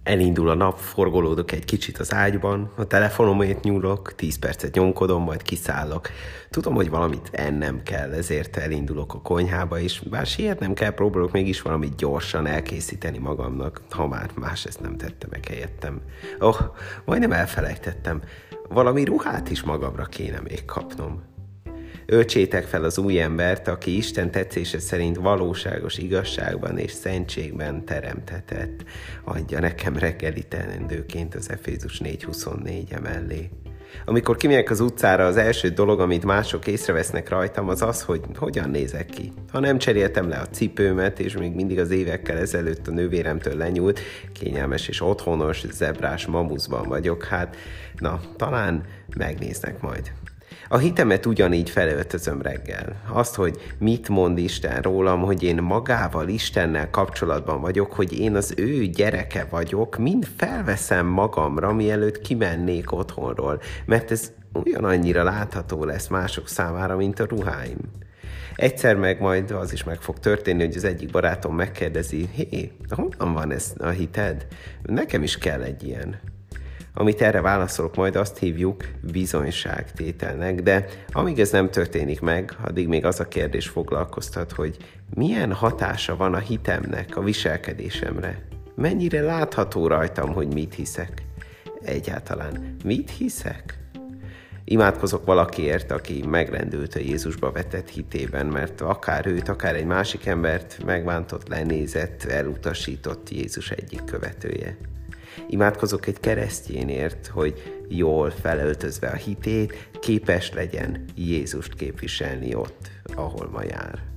Elindul a nap, forgolódok egy kicsit az ágyban, a telefonomért nyúlok, 10 percet nyomkodom, majd kiszállok. Tudom, hogy valamit ennem kell, ezért elindulok a konyhába, és bár sietnem kell, próbálok mégis valamit gyorsan elkészíteni magamnak, ha már más ezt nem tette meg helyettem. Majdnem elfelejtettem, valami ruhát is magamra kéne még kapnom. Öltsétek fel az új embert, aki Isten tetszése szerint valóságos igazságban és szentségben teremtetett. Adja nekem reggeli teendőként az Efézus 4:24 mellé. Amikor kimegyek az utcára, az első dolog, amit mások észrevesznek rajtam, az az, hogy hogyan nézek ki. Ha nem cseréltem le a cipőmet, és még mindig az évekkel ezelőtt a nővéremtől lenyúlt, kényelmes és otthonos, zebrás mamuszban vagyok, talán megnéznek majd. A hitemet ugyanígy felöltözöm reggel. Azt, hogy mit mond Isten rólam, hogy én magával, Istennel kapcsolatban vagyok, hogy én az ő gyereke vagyok, mind felveszem magamra, mielőtt kimennék otthonról, mert ez ugyanannyira látható lesz mások számára, mint a ruháim. Egyszer meg majd az is meg fog történni, hogy az egyik barátom megkérdezi, honnan van ez a hited? Nekem is kell egy ilyen. Amit erre válaszolok, majd azt hívjuk bizonyságtételnek, de amíg ez nem történik meg, addig még az a kérdés foglalkoztat, hogy milyen hatása van a hitemnek a viselkedésemre. Mennyire látható rajtam, hogy mit hiszek? Egyáltalán mit hiszek? Imádkozok valakiért, aki megrendült a Jézusba vetett hitében, mert akár őt, akár egy másik embert megbántott, lenézett, elutasított Jézus egyik követője. Imádkozok egy keresztjénért, hogy jól felöltözve a hitét, képes legyen Jézust képviselni ott, ahol ma jár.